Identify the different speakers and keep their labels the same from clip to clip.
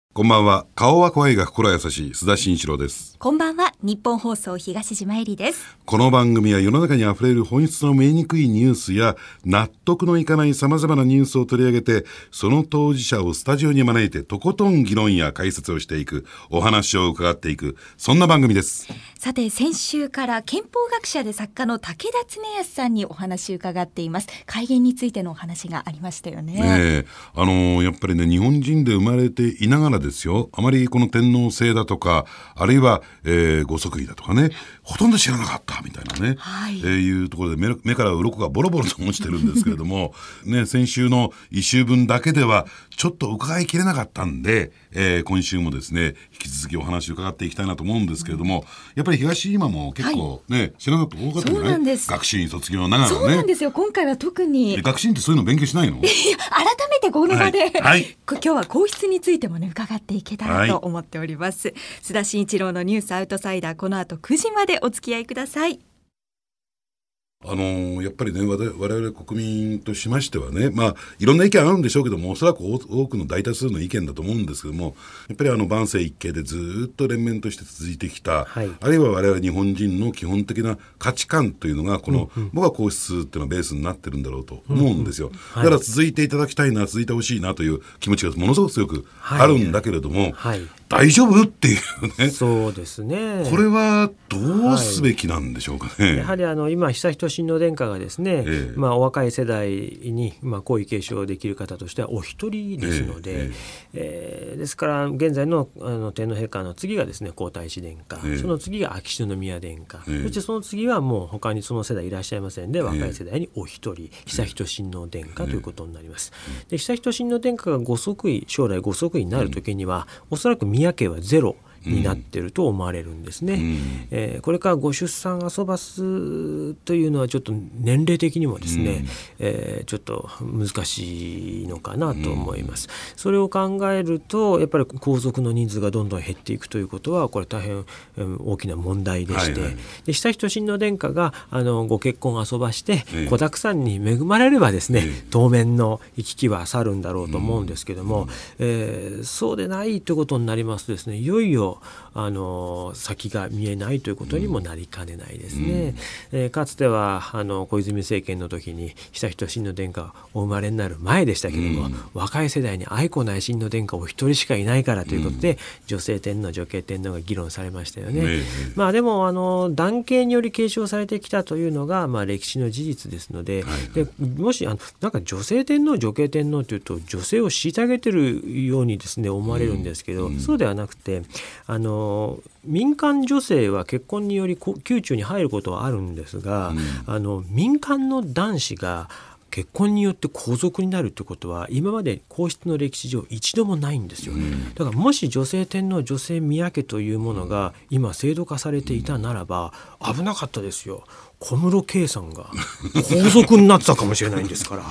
Speaker 1: こんばんは。顔は怖いが心優しい須田慎一郎です。
Speaker 2: こんばんは。日本放送東島えりです。
Speaker 1: この番組は世の中にあふれる本質の見えにくいニュースや納得のいかない様々なニュースを取り上げて、その当事者をスタジオに招いてとことん議論や解説をしていく、お話を伺っていく、そんな番組です。
Speaker 2: さて、先週から憲法学者で作家の武田恒康さんにお話を伺っています。改元についてのお話がありましたよね。
Speaker 1: やっぱりね、日本人で生まれていながらですよ、あまりこの天皇制だとか、あるいは、ご即位だとかね、ほとんど知らなかったみたいなね、いうところで目から鱗がボロボロと落ちてるんですけれどもね、先週の一週分だけではちょっと伺いきれなかったんで、今週もですね引き続きお話を伺っていきたいなと思うんですけれども、やっぱり東今も結構ね、知らなかった多かったんじゃない？そうなんです。学士院卒業ながらね。
Speaker 2: そうなんですよ。今回は特に
Speaker 1: 学士院ってそういうの勉強しないの？改
Speaker 2: めてこの場で、
Speaker 1: はい、
Speaker 2: 今日は皇室についてもね伺っていけたらと思っております。須田慎一郎のニュースアウトサイダー、この後9時までお付き合いください。
Speaker 1: やっぱりね、我々国民としましてはね、いろんな意見あるんでしょうけども、おそらく多くの大多数の意見だと思うんですけども、やっぱり万世一系でずっと連綿として続いてきた、あるいは我々日本人の基本的な価値観というのが、この、僕は皇室っていうのはベースになってるんだろうと思うんですよ。だから続いていただきたいな、続いてほしいなという気持ちがものすごく強くあるんだけれども、大丈夫っていうね。
Speaker 3: そうですね。
Speaker 1: これはどうすべきなんでしょうかね。
Speaker 3: やはり今悠仁親王殿下がですね、お若い世代に皇位継承できる方としてはお一人ですので、ですから現在の天皇陛下の次がですね皇太子殿下、その次が秋篠宮殿下、そしてその次はもう他にその世代いらっしゃいませんで、若い世代にお一人悠仁親王殿下ということになります。で悠仁親王殿下が将来ご即位になる時には、おそらく宮家はゼロになっていると思われるんですね。これからご出産遊ばすというのはちょっと年齢的にもですね、ちょっと難しいのかなと思います。それを考えるとやっぱり皇族の人数がどんどん減っていくということはこれ大変大きな問題でして、で悠仁親王殿下がご結婚遊ばして子だくさんに恵まれればですね、当面の行き来は去るんだろうと思うんですけども、そうでないということになりますとですね、いよいよ先が見えないということにもなりかねないですね。かつては小泉政権の時に悠仁親王殿下がお生まれになる前でしたけども、若い世代に愛子内親王殿下お一人しかいないからということで、女性天皇女系天皇が議論されましたよね。でも男系により継承されてきたというのが歴史の事実ですので、もしなんか女性天皇女系天皇というと女性を虐げてるようにですね思われるんですけど、そうではなくて民間女性は結婚により宮中に入ることはあるんですが、民間の男子が結婚によって皇族になるということは今まで皇室の歴史上一度もないんですよ。だからもし女性天皇女性宮家というものが今制度化されていたならば危なかったですよ。小室圭さんが皇族になってたかもしれないんですから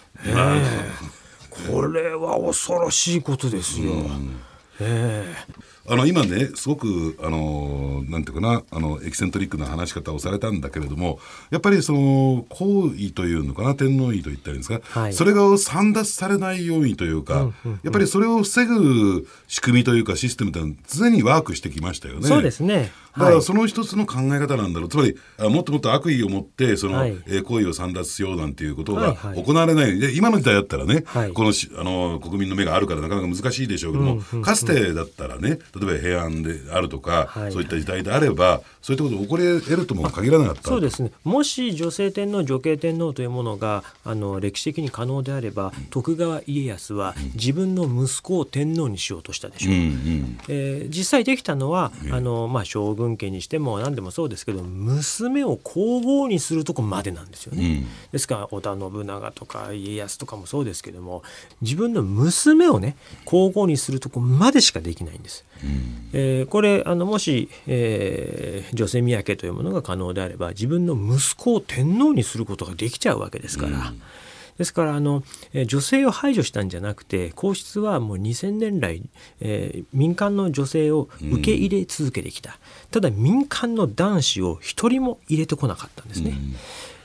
Speaker 3: これは恐ろしいことですよ。
Speaker 1: 今ねすごくなんていうかなエキセントリックな話し方をされたんだけれども、やっぱりその皇位というのかな、天皇位といったらいいんですか、それが簒奪されないようにというか、やっぱりそれを防ぐ仕組みというかシステムというのは常にワークしてきましたよね。
Speaker 3: そうですね。
Speaker 1: だからその一つの考え方なんだろう。つまりもっともっと悪意を持ってその、行為を簒奪しようなんていうことが行われないように、で今の時代だったらね、この国民の目があるからなかなか難しいでしょうけども、かつてだったらね、例えば平安であるとか、そういった時代であればそういったことが起こり得るとも限らなかった。
Speaker 3: そうですね。もし女性天皇女系天皇というものが歴史的に可能であれば、徳川家康は自分の息子を天皇にしようとしたでしょう。実際できたのは将軍家にしても何でもそうですけど、娘を皇后にするとこまでなんですよね。ですから織田信長とか家康とかもそうですけども、自分の娘をね皇后にするとこまでしかできないんです。これもし、女性宮家というものが可能であれば自分の息子を天皇にすることができちゃうわけですから、ですから女性を排除したんじゃなくて、皇室はもう2000年来、民間の女性を受け入れ続けてきた。ただ民間の男子を一人も入れてこなかったんですね。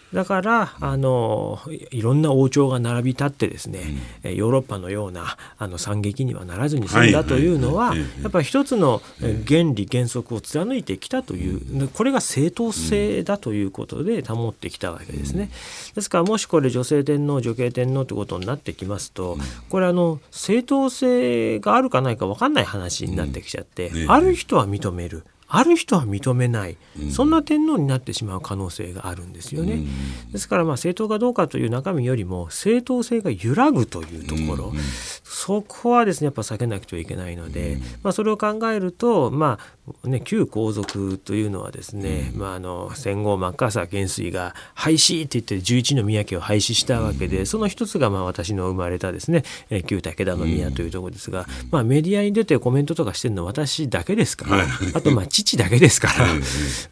Speaker 3: だからいろんな王朝が並び立ってですね、ヨーロッパのような惨劇にはならずに済んだというのは、やっぱり一つの原理原則を貫いてきたという、これが正当性だということで保ってきたわけですね。ですからもしこれ女性天皇女系天皇ということになってきますと、これ正当性があるかないか分かんない話になってきちゃって、ある人は認める、ある人は認めない、そんな天皇になってしまう可能性があるんですよね。ですから正当かどうかという中身よりも正当性が揺らぐというところ、そこはですねやっぱ避けなくてはいけないので、それを考えると旧皇族というのはですね、戦後マッカーサー元帥が廃止って言って11の宮家を廃止したわけで、その一つが私の生まれたですね旧武田宮というところですが、メディアに出てコメントとかしてるのは私だけですから、あと父だけですから、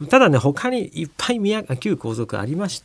Speaker 3: ただね他にいっぱい旧皇族ありまして、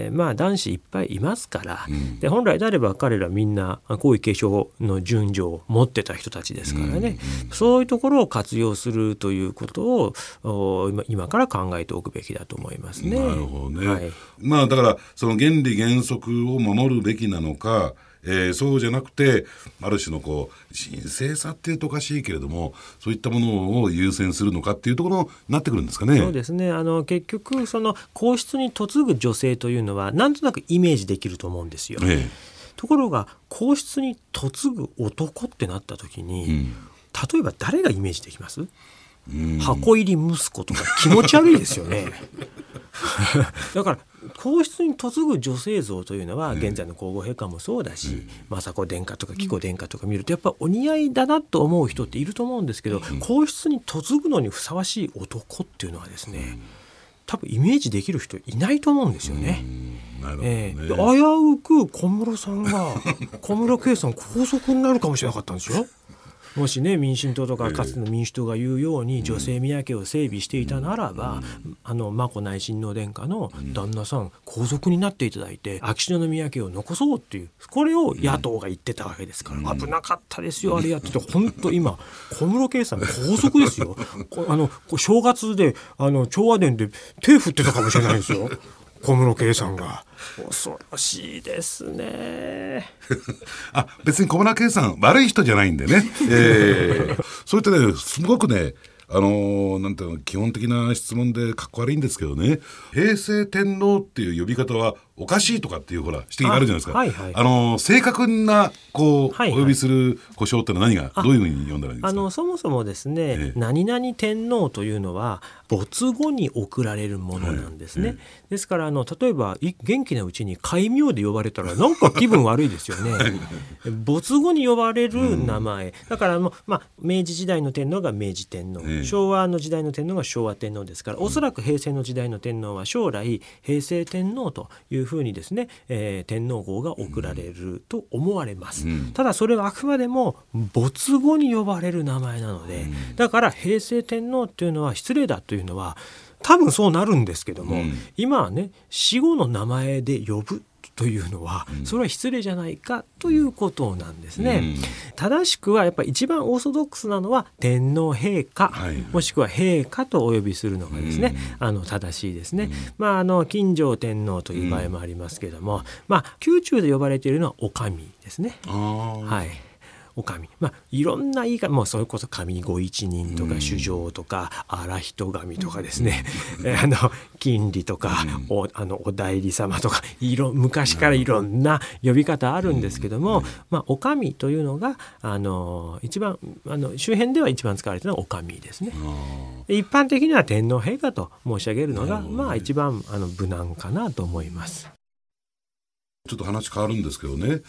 Speaker 3: 男子いっぱいいますから、で本来であれば彼らみんな皇位継承の順序を持ってた人たちですからね、そういうところを活用するということを今から考えておくべきだと思いますね。
Speaker 1: なるほどね、だからその原理原則を守るべきなのか、そうじゃなくてある種の神聖さっていうとおかしいけれども、そういったものを優先するのかっていうところになってくるんですかね。
Speaker 3: そうですね、結局その皇室に嫁ぐ女性というのはなんとなくイメージできると思うんですよ、ところが皇室に嫁ぐ男ってなった時に、例えば誰がイメージできます？箱入り息子とか気持ち悪いですよねだから皇室に嫁ぐ女性像というのは現在の皇后陛下もそうだし、政子殿下とか紀子殿下とか見るとやっぱお似合いだなと思う人っていると思うんですけど、皇室に嫁ぐのにふさわしい男っていうのはですね、多分イメージできる人いないと思うんですよね。
Speaker 1: なるほどね。
Speaker 3: 危うく小室さんが小室圭さん皇族になるかもしれなかったんですよ。もしね民進党とかかつての民主党が言うように女性宮家を整備していたならば、眞子内親王殿下の旦那さん皇族になっていただいて秋篠宮家を残そうっていう、これを野党が言ってたわけですから、危なかったですよあれやってて。本当今小室圭さん皇族ですよ正月で長和殿で手振ってたかもしれないですよ小室圭さんが。恐ろしいですね
Speaker 1: 別に小室圭さん悪い人じゃないんでね、そういったねすごくねなんていうの基本的な質問でかっこ悪いんですけどね、平成天皇っていう呼び方はおかしいとかっていう指摘があるじゃないですか。正確なお呼びする呼称ってのは何がどういうふうに呼んだらいいんですか？
Speaker 3: そもそもですね、何々天皇というのは没後に贈られるものなんですね。ですから例えば元気なうちに戒名で呼ばれたらなんか気分悪いですよね没後に呼ばれる名前だから明治時代の天皇が明治天皇、昭和の時代の天皇が昭和天皇ですから、おそらく平成の時代の天皇は将来平成天皇というふうにですね、天皇号が贈られると思われます。ただそれはあくまでも没後に呼ばれる名前なので、だから平成天皇というのは失礼だというのは多分そうなるんですけども、今はね死後の名前で呼ぶというのはそれは失礼じゃないかということなんですね。正しくはやっぱり一番オーソドックスなのは天皇陛下、もしくは陛下とお呼びするのがですね正しいですね。金城天皇という場合もありますけども、宮中で呼ばれているのはお上ですね。お上、いろんな言い方、もうそれこそ上御一人とか主上とか荒人神とかですね、金利とか、お代理様とか昔からいろんな呼び方あるんですけども、お上というのが一番周辺では一番使われているのはお上ですね。一般的には天皇陛下と申し上げるのが一番無難かなと思います。
Speaker 1: ちょっと話変わるんですけどね、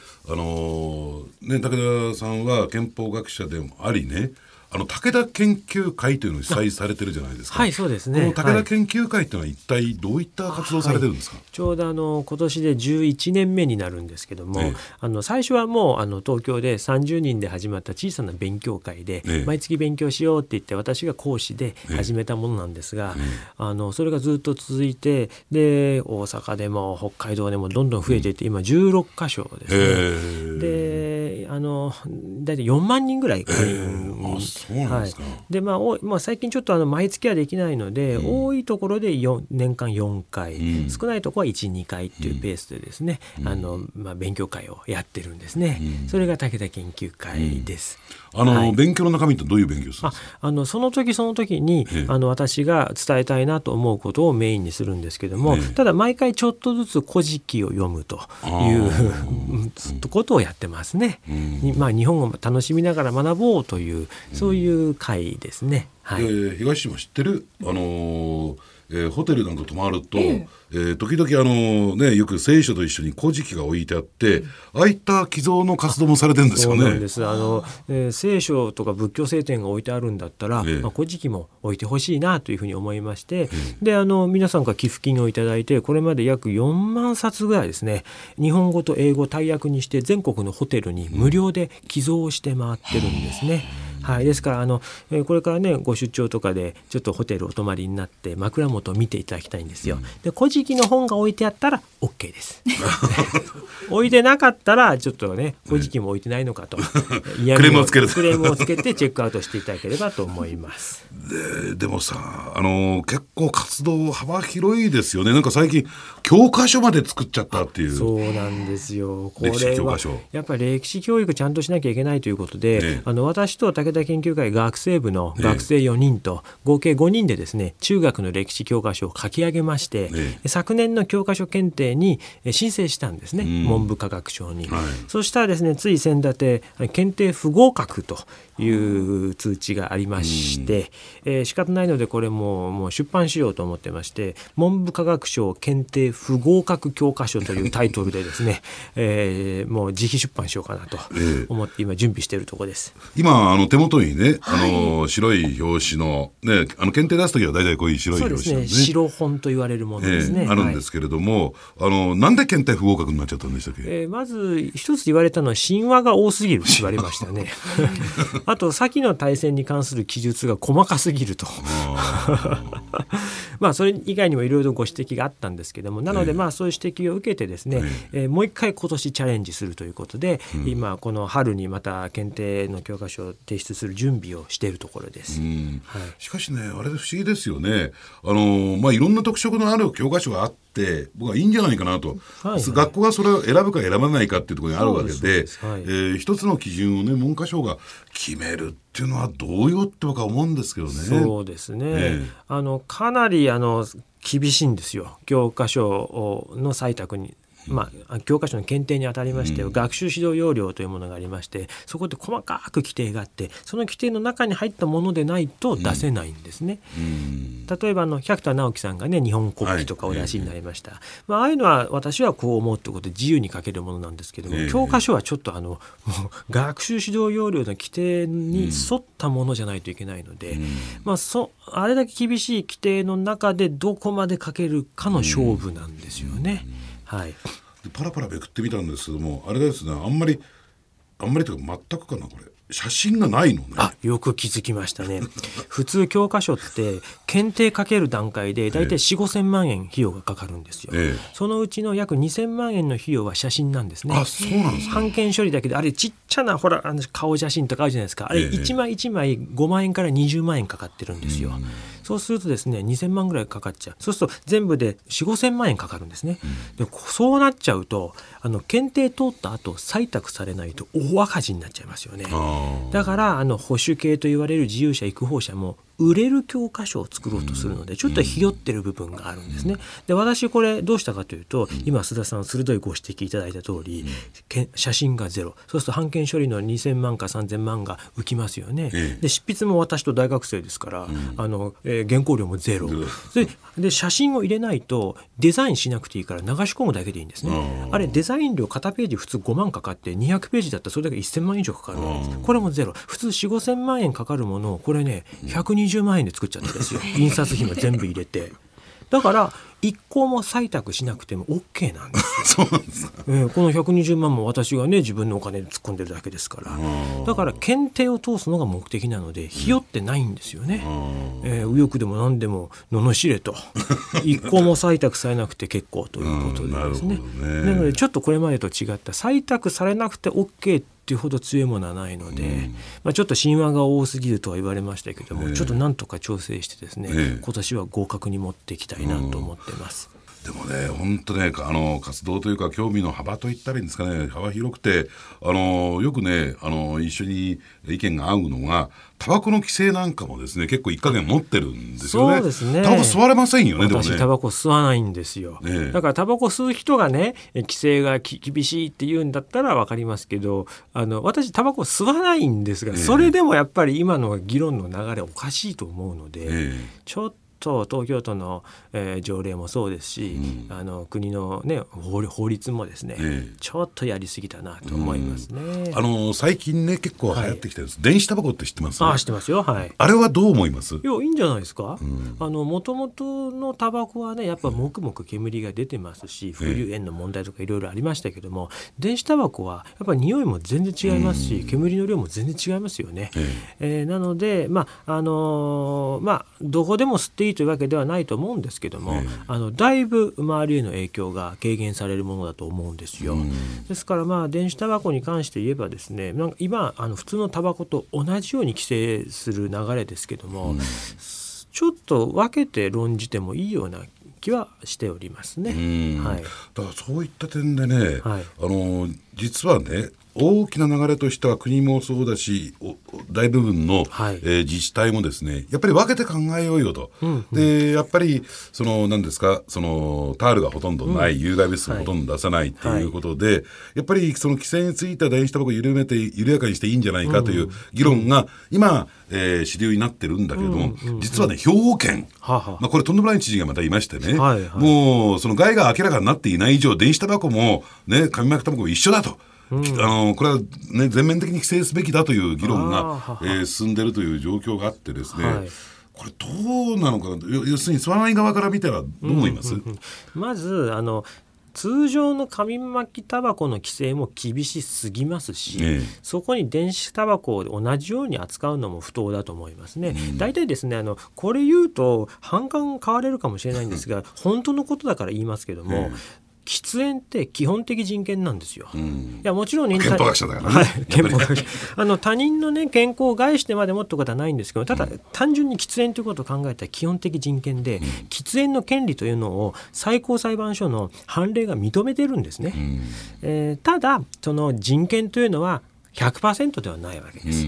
Speaker 1: 武田さんは憲法学者でもありね、武田研究会というのに主催されてるじゃないですか。
Speaker 3: はい、そうですね。
Speaker 1: この武田研究会というのは一体どういった活動をされてるんですか？
Speaker 3: ちょうど今年で11年目になるんですけども、最初はもう東京で30人で始まった小さな勉強会で、毎月勉強しようって言って私が講師で始めたものなんですが、それがずっと続いて、で大阪でも北海道でもどんどん増えていって、今16カ所ですね。で大体4万人ぐらい会員、
Speaker 1: そうなんですか。
Speaker 3: で最近ちょっと毎月はできないので、多いところで年間4回、少ないところは 1,2 回っていうペースでですね、勉強会をやってるんですね。それが武田研究会です。
Speaker 1: 勉強の中身ってどういう勉強するんですか？
Speaker 3: その時その時に私が伝えたいなと思うことをメインにするんですけども、ただ毎回ちょっとずつ古事記を読むということをやってますね。日本語も楽しみながら学ぼうという、そういう会ですね。
Speaker 1: 東島知ってる？ホテルなんか泊まると、時々よく聖書と一緒に古事記が置いてあって、ああいった寄贈の活動もされてるんですよね。
Speaker 3: そうなんです。聖書とか仏教聖典が置いてあるんだったら、古事記も置いてほしいなというふうに思いまして、で皆さんから寄付金をいただいて、これまで約4万冊ぐらいですね、日本語と英語大訳にして全国のホテルに無料で寄贈して回ってるんですね。ですからこれからね、ご出張とかでちょっとホテルお泊まりになって枕元を見ていただきたいんですよ。で古事記の本が置いてあったら OK です置いてなかったらちょっとね、古事記も置いてないのかとクレ
Speaker 1: ームをつけ
Speaker 3: てチェックアウトしていただければと思います
Speaker 1: でもさ、結構活動幅広いですよね。なんか最近教科書まで作っちゃったっていう。
Speaker 3: そうなんですよ。これは
Speaker 1: 歴史教科書、
Speaker 3: やっぱり歴史教育ちゃんとしなきゃいけないということで、私と武田研究会学生部の学生4人と合計5人でですね、中学の歴史教科書を書き上げまして、昨年の教科書検定に申請したんですね、文部科学省に。そしたらですね、つい先だて検定不合格という通知がありまして、仕方ないのでこれもう出版しようと思ってまして、文部科学省検定不合格教科書というタイトルでですね、もう自費出版しようかなと思って今準備しているところです。
Speaker 1: 今手元にね、白い表紙の、ね、検定出すときは大体こういう白い表紙なんですね。
Speaker 3: 白本と言われるものですね。
Speaker 1: あるんですけれども、なんで検定不合格になっちゃったんでしたっけ？
Speaker 3: まず一つ言われたのは神話が多すぎると言われましたねあと先の大戦に関する記述が細かすぎるとそれ以外にもいろいろご指摘があったんですけども、なのでそういう指摘を受けてですね、もう一回今年チャレンジするということで、今この春にまた検定の教科書を提出する準備をしているところです。
Speaker 1: しかしね、あれ不思議ですよね。いろんな特色のある教科書があって僕はいいんじゃないかなと、学校がそれを選ぶか選ばないかっていうところにあるわけで、一つの基準をね、文科省が決めるっていうのはどうよって僕は思うんですけどね。
Speaker 3: そうですね、かなり厳しいんですよ、教科書の採択に。教科書の検定にあたりまして、学習指導要領というものがありまして、そこで細かく規定があって、その規定の中に入ったものでないと出せないんですね。例えば百田直樹さんがね、日本国旗とかお出しになりました。ああいうのは私はこう思うということで自由に書けるものなんですけども、教科書はちょっともう学習指導要領の規定に沿ったものじゃないといけないので、あれだけ厳しい規定の中でどこまで書けるかの勝負なんですよね。
Speaker 1: パラパラめくってみたんですけども、あれですね、あんまりというか全くかな、これ写真がないのね。
Speaker 3: よく気づきましたね普通教科書って検定かける段階でだいたい 4,5 千万円費用がかかるんですよ。そのうちの約 2,000 万円の費用は写真なんですね。
Speaker 1: そうなんですか。
Speaker 3: 版権処理だけで、あれちっちゃな顔写真とかあるじゃないですか。あれ1枚1枚5万円から20万円かかってるんですよ。そうするとですね、2,000万ぐらいかかっちゃう。そうすると全部で 4,5 千万円かかるんですね。でそうなっちゃうと検定通った後採択されないと大赤字になっちゃいますよね。だから保守系と言われる自由者育法者も売れる教科書を作ろうとするので、ちょっとひよってる部分があるんですね。で私これどうしたかというと、今須田さん鋭いご指摘いただいた通り、写真がゼロ、そうすると版権処理の 2,000 万か 3,000 万が浮きますよね。で執筆も私と大学生ですから、原稿料もゼロで写真を入れないとデザインしなくていいから流し込むだけでいいんですね。あれデザイン料片ページ普通5万かかって200ページだったらそれだけ 1,000 万以上かかるわけです。これもゼロ。普通 4,5 千万円かかるものをこれね120万円で作っちゃったんですよ印刷費も全部入れて。だから一項も採択しなくても OK なんですよ。
Speaker 1: そうなんですか。
Speaker 3: この120万も私がね自分のお金で突っ込んでるだけですから。だから検定を通すのが目的なのでひよってないんですよね。右翼でも何でも罵れと一項も採択されなくて結構ということでですね。なのでちょっとこれまでと違った採択されなくて OK っっていうほど強いものはないので、ちょっと神話が多すぎるとは言われましたけども、ちょっとなんとか調整してですね、今年は合格に持っていきたいなと思ってます。
Speaker 1: でもね、本当ね、活動というか興味の幅といったらいいんですかね、幅広くて、よくね、一緒に意見が合うのが、タバコの規制なんかもですね、結構一加減持ってるんですよね。
Speaker 3: そうですね。
Speaker 1: タバコ吸われませんよね、
Speaker 3: 私タバコ吸わないんですよ。だからタバコ吸う人がね、規制が厳しいって言うんだったら分かりますけど、私タバコ吸わないんですが、それでもやっぱり今の議論の流れおかしいと思うので、ちょっと東京都の、条例もそうですし、国の、ね、法律もですね、ちょっとやりすぎたなと思いますね。
Speaker 1: 最近ね結構流行ってきてるんです、電子タバコって知ってます？
Speaker 3: 知ってますよ、はい。
Speaker 1: あれはどう思います？
Speaker 3: いいんじゃないですか。もともとのタバコはねやっぱもくもく煙が出てますし、副流煙の問題とかいろいろありましたけども、電子タバコはやっぱり匂いも全然違いますし、煙の量も全然違いますよね。なのでどこでも吸っていいというわけではないと思うんですけども、だいぶ周りへの影響が軽減されるものだと思うんですよ。ですから電子タバコに関して言えばですね、今普通のタバコと同じように規制する流れですけども、ちょっと分けて論じてもいいような気はしておりますね。
Speaker 1: だからそういった点でね、実はね大きな流れとしては国もそうだし大部分の、自治体もですねやっぱり分けて考えようよと、でやっぱり何ですかタールがほとんどない、有害物質もほとんど出さないということで、やっぱり規制についた電子タバコを緩やかにしていいんじゃないかという議論が今、主流になってるんだけれども、実はね兵庫県、これとんでもない知事がまたいましてね、もう害が明らかになっていない以上電子タバコもね紙巻きタバコも一緒だと。これは、ね、全面的に規制すべきだという議論が、進んでいるという状況があってですね、これどうなのかな、要するに吸わない側から見たらどう思います？
Speaker 3: まず通常の紙巻きタバコの規制も厳しすぎますし、そこに電子タバコを同じように扱うのも不当だと思いますね。大体ですねこれ言うと反感買われるかもしれないんですが本当のことだから言いますけども、喫煙って基本的人権なんですよ。いやもちろん
Speaker 1: 憲法学者だからね、
Speaker 3: 憲法学者他人の、ね、健康を害してまでもってことはないんですけど、ただ単純に喫煙ということを考えたら基本的人権で、喫煙の権利というのを最高裁判所の判例が認めてるんですね。ただその人権というのは100% ではないわけです。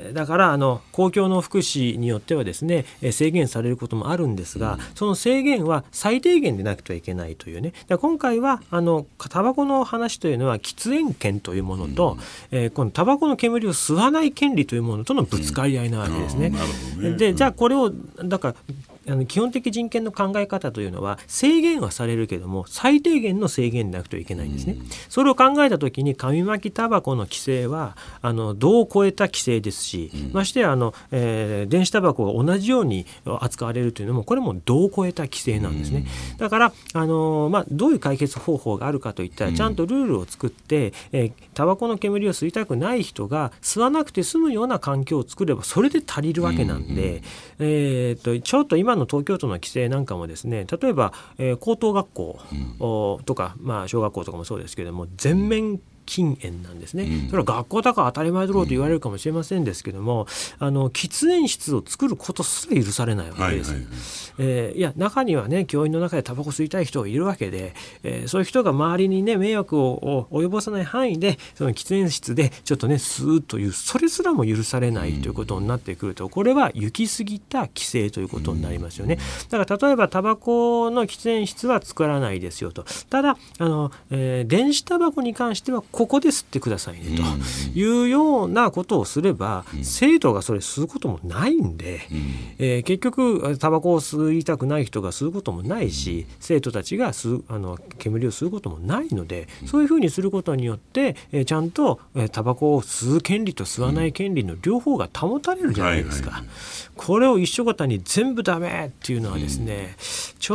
Speaker 3: だから公共の福祉によってはですね制限されることもあるんですが、その制限は最低限でなくてはいけないというね。今回はタバコの話というのは喫煙権というものと、このタバコの煙を吸わない権利というものとのぶつかり合いなわけですね。でじゃあこれをだから基本的人権の考え方というのは制限はされるけども最低限の制限でなくてはいけないんですね。それを考えたときに紙巻きタバコの規制は度を超えた規制ですし、ましてや電子タバコが同じように扱われるというのもこれも度を超えた規制なんですね。だからどういう解決方法があるかといったらちゃんとルールを作ってタバコの煙を吸いたくない人が吸わなくて済むような環境を作ればそれで足りるわけなんで、ちょっと今の東京都の規制なんかもですね、例えば、高等学校、とか、小学校とかもそうですけれども全面禁煙なんですね。それは学校だから当たり前だろうと言われるかもしれませんですけども、喫煙室を作ることすら許されないわけです。いや中にはね教員の中でタバコ吸いたい人がいるわけで、そういう人が周りにね迷惑を及ぼさない範囲でその喫煙室でちょっとね吸うというそれすらも許されないということになってくると、これは行き過ぎた規制ということになりますよね。だから例えばタバコの喫煙室は作らないですよと。ただ電子タバコに関してはここで吸ってくださいねというようなことをすれば、生徒がそれ吸うこともないんで、結局タバコを吸いたくない人が吸うこともないし、生徒たちが煙を吸うこともないので、そういうふうにすることによってちゃんとタバコを吸う権利と吸わない権利の両方が保たれるじゃないですか。これを一緒ごたに全部ダメっていうのはですね、ちょっと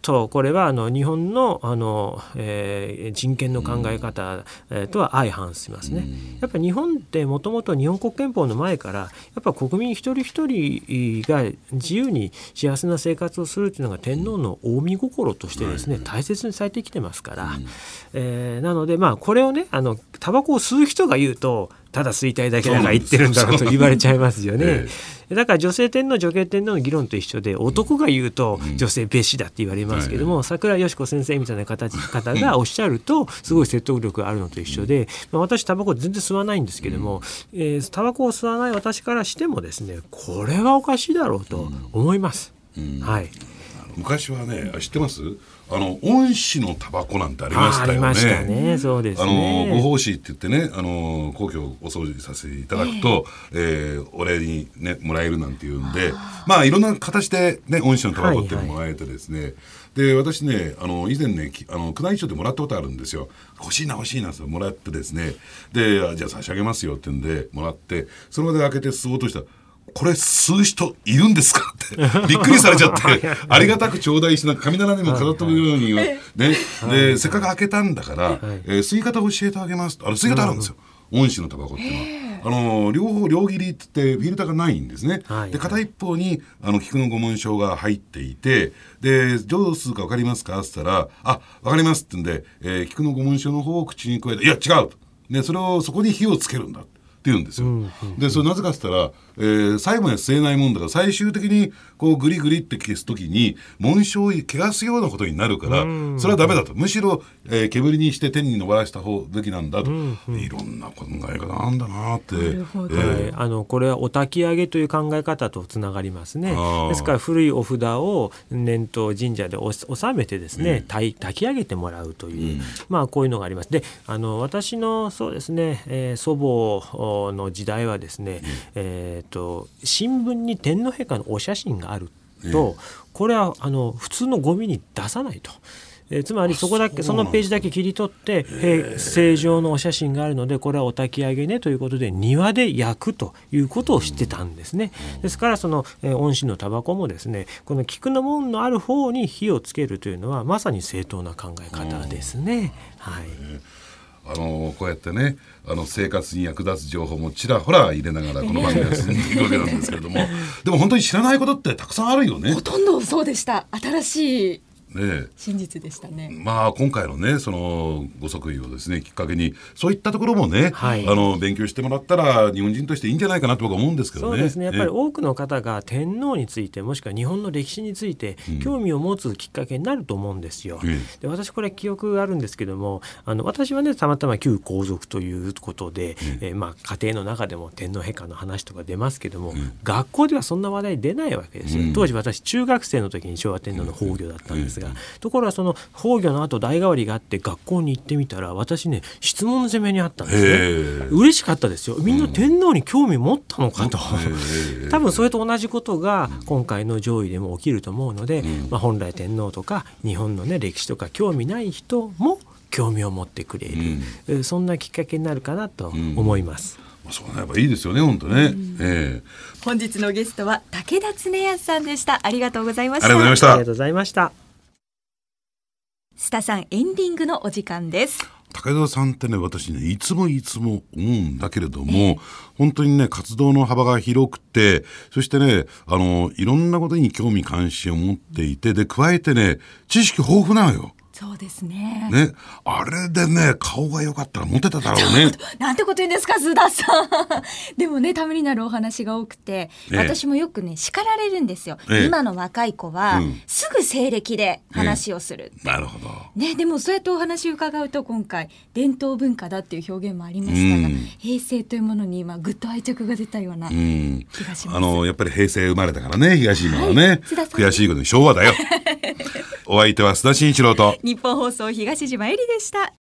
Speaker 3: とこれは日本の人権の考え方、とは相反しますね。やっぱり日本ってもともと日本国憲法の前からやっぱ国民一人一人が自由に幸せな生活をするというのが天皇の近江心としてですね、大切にされてきてますから、なのでこれをねタバコを吸う人が言うとただ吸いたいだけだから言ってるんだろうと言われちゃいますよね。だから女性天皇女系天皇の議論と一緒で、男が言うと女性蔑視だって言われますけども、桜井よし子先生みたいな方がおっしゃるとすごい説得力があるのと一緒で、私タバコ全然吸わないんですけども、タバコを吸わない私からしてもですね、これはおかしいだろうと思います。はい。
Speaker 1: 昔はね、知ってます？恩師のタバコなんてありましたよね。
Speaker 3: ありましたね。そうですね。
Speaker 1: ご奉仕って言ってね、皇居をお掃除させていただくと、お礼にねもらえるなんていうんで、いろんな形でね恩師のタバコっていうのもらえてですね、で私ね以前ね宮内庁でもらったことあるんですよ。欲しいなってもらってですね、でじゃあ差し上げますよって言うんでもらって、その場で開けて吸おうとしたら、これ吸う人いるんですかってびっくりされちゃってありがたく頂戴して神棚にも飾っておくように、でせっかく開けたんだから、吸い方を教えてあげます。吸い方あるんですよ、恩師のタバコっていうのは。両切りって言ってフィルターがないんですね。で片一方に菊の御紋章が入っていて、でどう吸うか分かりますかって言ったら、分かりますって言うんで、菊の御紋章の方を口に加えて、いや違うと、でそこに火をつけるんだって言うんですよ。でそれなぜかって言ったら、最後まで吸えないもんだから、最終的にこうグリグリって消すときに紋章を汚すようなことになるから、それはダメだと、むしろ、煙にして天に昇らした方べきなんだと、いろんな考え方なんだなって。
Speaker 3: これはお焚き上げという考え方とつながりますね。ですから古いお札を念頭神社で納めてですね、焚き上げてもらうという、こういうのがあります。で私のそうですね、祖母の時代はですね、新聞に天皇陛下のお写真があると、これは普通のゴミに出さないと。つまりそのページだけ切り取って正常のお写真があるので、これはお焚き上げねということで庭で焼くということを知ってたんですね。ですから恩師のタバコもですね、この菊の紋のある方に火をつけるというのはまさに正当な考え方ですね。はい。
Speaker 1: こうやってね生活に役立つ情報もちらほら入れながらこの番組が進んでいくわけなんですけれどもでも本当に知らないことってたくさんあるよね。
Speaker 2: ほとんどそうでした。新しい真実でしたね。
Speaker 1: 今回のねそのご即位をですねきっかけに、そういったところもね、勉強してもらったら日本人としていいんじゃないかなと僕は思うんですけどね。
Speaker 3: そうですね。やっぱり多くの方が天皇について、もしくは日本の歴史について興味を持つきっかけになると思うんですよ。で私これ記憶があるんですけども、私はねたまたま旧皇族ということで、家庭の中でも天皇陛下の話とか出ますけども、学校ではそんな話題出ないわけですよ。当時私中学生の時に昭和天皇の崩御だったんですが、ところがその崩御の後代替わりがあって学校に行ってみたら、私ね質問攻めにあったんですね。嬉しかったですよ。みんな天皇に興味持ったのかと。多分それと同じことが今回の上位でも起きると思うので、本来天皇とか日本のね歴史とか興味ない人も興味を持ってくれる、そんなきっかけになるかなと思います。
Speaker 1: そうなればいいですよね、本当ね。
Speaker 2: 本日のゲストは武田恒康さんでした。ありがとうございました。
Speaker 1: ありがとうございました。
Speaker 3: ありがとうございました。
Speaker 2: 須田さん、エンディングのお時間です。
Speaker 1: 武田さんってね、私ねいつも思うんだけれども、本当にね活動の幅が広くて、そしてねいろんなことに興味関心を持っていて、で加えてね知識豊富なのよ。
Speaker 2: そうですね。
Speaker 1: あれでね顔が良かったらモテただろうね。
Speaker 2: なんてこと言うんですか須田さんでもねためになるお話が多くて、私もよくね叱られるんですよ。今の若い子は、すぐ西暦で話をするって、な
Speaker 1: るほど、
Speaker 2: でもそうやってお話を伺うと、今回伝統文化だっていう表現もありましたが、平成というものに今ぐっと愛着が出たような気がします。
Speaker 1: やっぱり平成生まれたからね、東島はね、悔しいことに昭和だよお相手は須田慎一郎と
Speaker 2: 日本放送東島えりでした。